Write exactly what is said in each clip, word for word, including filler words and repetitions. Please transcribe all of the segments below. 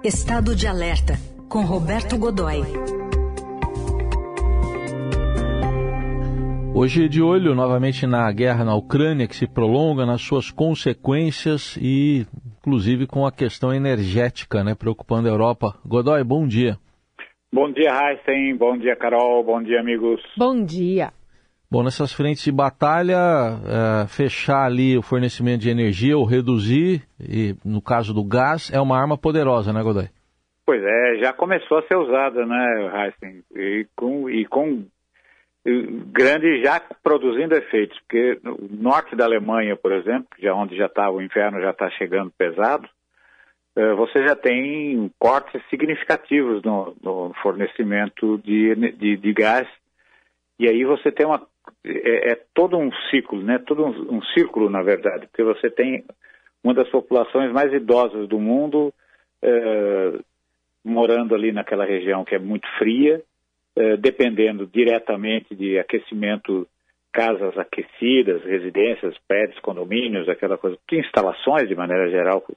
Estado de Alerta, com Roberto Godoy. Hoje de olho novamente na guerra na Ucrânia, que se prolonga, nas suas consequências e inclusive com a questão energética, né, preocupando a Europa. Godoy, bom dia. Bom dia, Heisen. Bom dia, Carol. Bom dia, amigos. Bom dia. Bom, nessas frentes de batalha, é, fechar ali o fornecimento de energia ou reduzir, e no caso do gás, é uma arma poderosa, né, Godoy? Pois é, já começou a ser usada, né, Heisen? E com, e com grande já produzindo efeitos, porque no norte da Alemanha, por exemplo, já onde já está o inverno já está chegando pesado, você já tem cortes significativos no, no fornecimento de, de, de gás, e aí você tem uma é, é todo um ciclo, né? Todo um, um círculo, na verdade, porque você tem uma das populações mais idosas do mundo é, morando ali naquela região que é muito fria, é, dependendo diretamente de aquecimento, casas aquecidas, residências, prédios, condomínios, aquela coisa, que instalações de maneira geral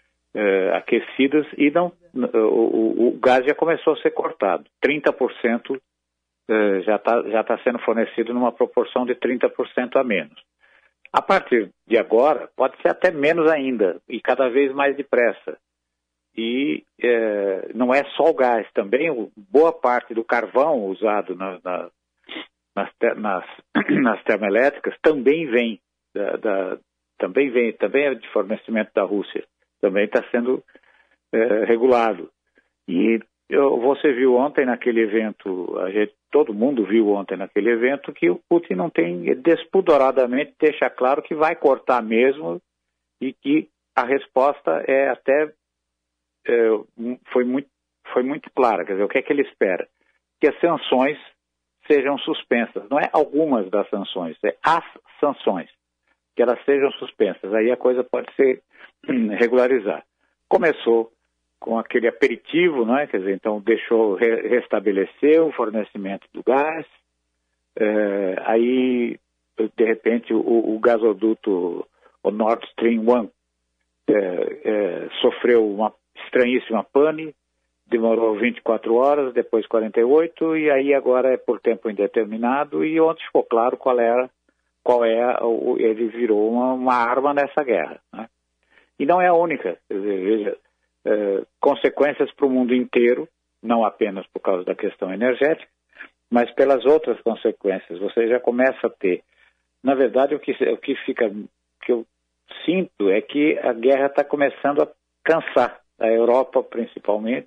é, aquecidas, e não, o, o, o gás já começou a ser cortado, trinta por cento já está já tá sendo fornecido numa proporção de trinta por cento a menos. A partir de agora, pode ser até menos ainda, e cada vez mais depressa. E é, não é só o gás, também boa parte do carvão usado na, na, nas, nas, nas termoelétricas também vem, da, da, também vem, também é de fornecimento da Rússia, também está sendo é, regulado. E eu, você viu ontem naquele evento, a gente, todo mundo viu ontem naquele evento que o Putin não tem, despudoradamente deixa claro que vai cortar mesmo e que a resposta é até, é, foi, muito, foi muito clara, quer dizer, o que é que ele espera? Que as sanções sejam suspensas, não é algumas das sanções, é as sanções, que elas sejam suspensas, aí a coisa pode se regularizar. Começou com aquele aperitivo, não é? Quer dizer, então deixou, re, restabeleceu o fornecimento do gás, é, aí, de repente, o, o gasoduto, o Nord Stream um, é, é, sofreu uma estranhíssima pane, demorou vinte e quatro horas, depois quarenta e oito, e aí agora é por tempo indeterminado, e ontem ficou claro qual era, qual é, o, ele virou uma, uma arma nessa guerra, né? E não é a única, quer dizer, veja, Uh, consequências para o mundo inteiro, não apenas por causa da questão energética, mas pelas outras consequências. Você já começa a ter, na verdade, o que, o que fica, que eu sinto é que a guerra está começando a cansar a Europa, principalmente,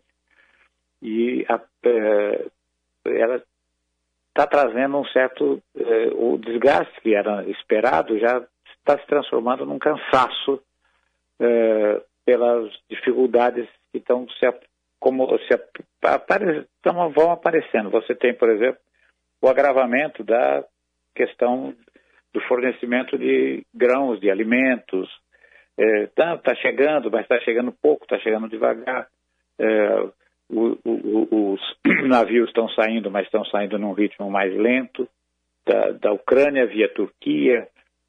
e a, uh, ela está trazendo um certo, uh, o desgaste que era esperado já está se transformando num cansaço, uh, pelas dificuldades que estão se, como, se apare, estão, vão aparecendo. Você tem, por exemplo, o agravamento da questão do fornecimento de grãos, de alimentos. Está é, tá chegando, mas está chegando pouco, está chegando devagar. É, o, o, os navios estão saindo, mas estão saindo num ritmo mais lento. Da, da Ucrânia via Turquia,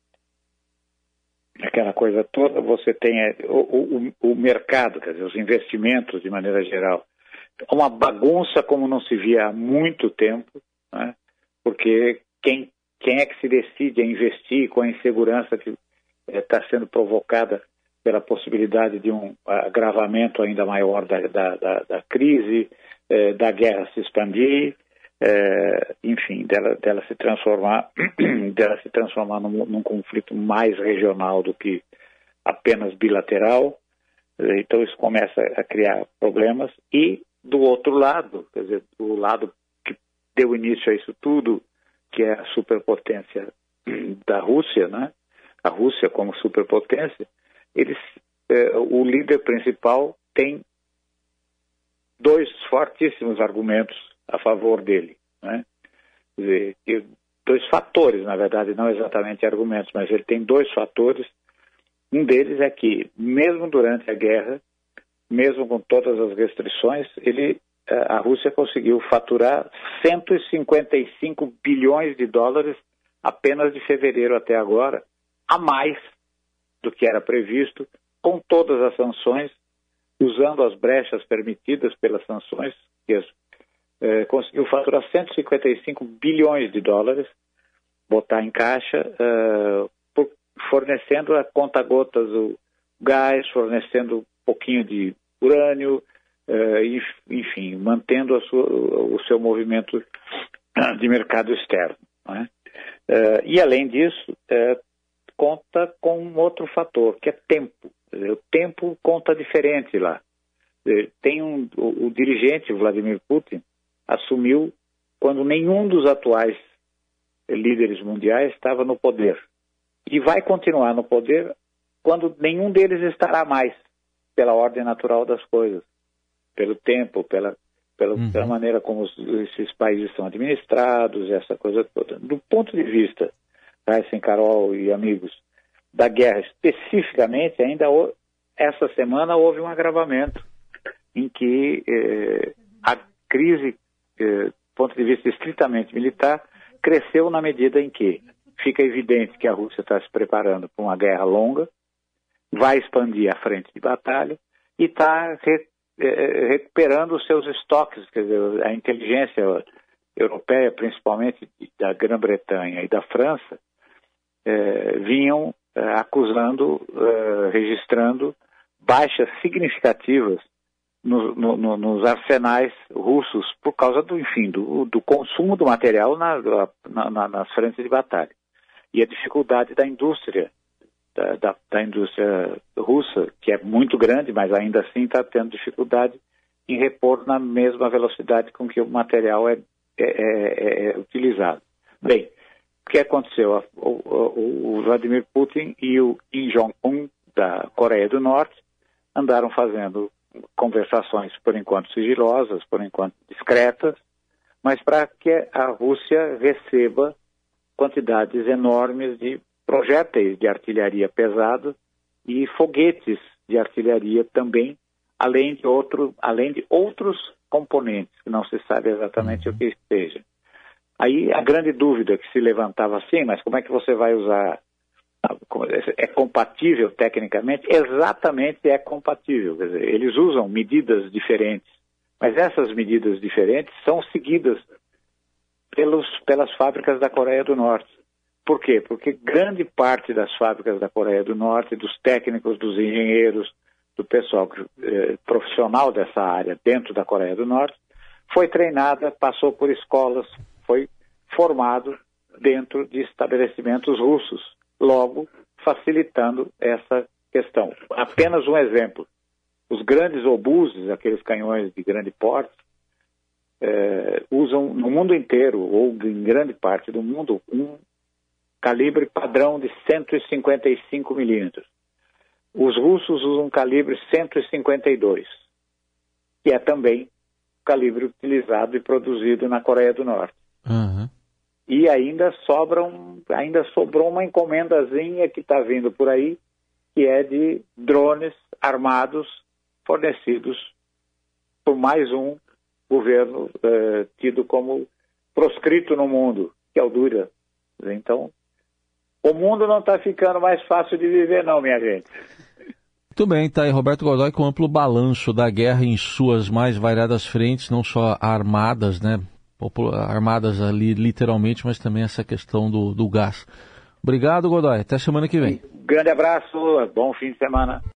aquela coisa toda, você tem o, o, o mercado, quer dizer, os investimentos de maneira geral. Uma bagunça como não se via há muito tempo, né? Porque quem, quem é que se decide a investir com a insegurança que está é, sendo provocada pela possibilidade de um agravamento ainda maior da, da, da, da crise, é, da guerra se expandir, É, enfim, dela, dela se transformar, dela se transformar num, num conflito mais regional do que apenas bilateral. Então isso começa a criar problemas. E do outro lado, quer dizer, do lado que deu início a isso tudo, que é a superpotência da Rússia, né? A Rússia como superpotência, eles, é, o líder principal tem dois fortíssimos argumentos a favor dele, né? Quer dizer, dois fatores, na verdade, não exatamente argumentos, mas ele tem dois fatores. Um deles é que, mesmo durante a guerra, mesmo com todas as restrições, ele, a Rússia conseguiu faturar cento e cinquenta e cinco bilhões de dólares apenas de fevereiro até agora, a mais do que era previsto, com todas as sanções usando as brechas permitidas pelas sanções, que as, eh, conseguiu faturar cento e cinquenta e cinco bilhões de dólares, botar em caixa, eh, por, fornecendo a conta-gotas o gás, fornecendo um pouquinho de urânio, eh, enfim, mantendo a sua, o seu movimento de mercado externo. Não é? eh, e, além disso, eh, conta com um outro fator, que é tempo. O tempo conta diferente lá. Tem um, o, o dirigente, Vladimir Putin, assumiu quando nenhum dos atuais líderes mundiais estava no poder. E vai continuar no poder quando nenhum deles estará mais, pela ordem natural das coisas, pelo tempo, pela, pela, uhum. pela maneira como os, esses países são administrados, essa coisa toda. Do ponto de vista, Raíssen, Carol e amigos, da guerra especificamente, ainda essa semana houve um agravamento em que eh, a crise, eh, do ponto de vista estritamente militar, cresceu na medida em que fica evidente que a Rússia está se preparando para uma guerra longa, vai expandir a frente de batalha e está re, eh, recuperando os seus estoques, quer dizer, a inteligência europeia, principalmente da Grã-Bretanha e da França, eh, vinham Uh, acusando, uh, registrando baixas significativas no, no, no, nos arsenais russos por causa do, enfim, do, do consumo do material na, na, na, nas frentes de batalha. E a dificuldade da indústria, da, da, da indústria russa, que é muito grande, mas ainda assim está tendo dificuldade em repor na mesma velocidade com que o material é, é, é, é utilizado. Bem, o que aconteceu? O, o, o Vladimir Putin e o Kim Jong-un da Coreia do Norte andaram fazendo conversações, por enquanto sigilosas, por enquanto discretas, mas para que a Rússia receba quantidades enormes de projéteis de artilharia pesada e foguetes de artilharia também, além de, outro, além de outros componentes, que não se sabe exatamente o que seja. Aí a grande dúvida que se levantava assim, mas como é que você vai usar? É compatível tecnicamente? Exatamente é compatível. Quer dizer, eles usam medidas diferentes, mas essas medidas diferentes são seguidas pelos, pelas fábricas da Coreia do Norte. Por quê? Porque grande parte das fábricas da Coreia do Norte, dos técnicos, dos engenheiros, do pessoal eh, profissional dessa área dentro da Coreia do Norte, foi treinada, passou por escolas, foi formado dentro de estabelecimentos russos, logo facilitando essa questão. Apenas um exemplo. Os grandes obuses, aqueles canhões de grande porte, eh, usam no mundo inteiro, ou em grande parte do mundo, um calibre padrão de cento e cinquenta e cinco milímetros. Os russos usam um calibre cento e cinquenta e dois, que é também o calibre utilizado e produzido na Coreia do Norte. Uhum. E ainda sobra um, ainda sobrou uma encomendazinha que está vindo por aí, que é de drones armados fornecidos por mais um governo eh, tido como proscrito no mundo, que é o Dura. Então, o mundo não está ficando mais fácil de viver não, minha gente. Muito bem, tá aí Roberto Godoy com amplo balanço da guerra em suas mais variadas frentes, não só armadas, né? Armadas ali literalmente, mas também essa questão do, do gás. Obrigado, Godoy. Até semana que vem. Um grande abraço, bom fim de semana.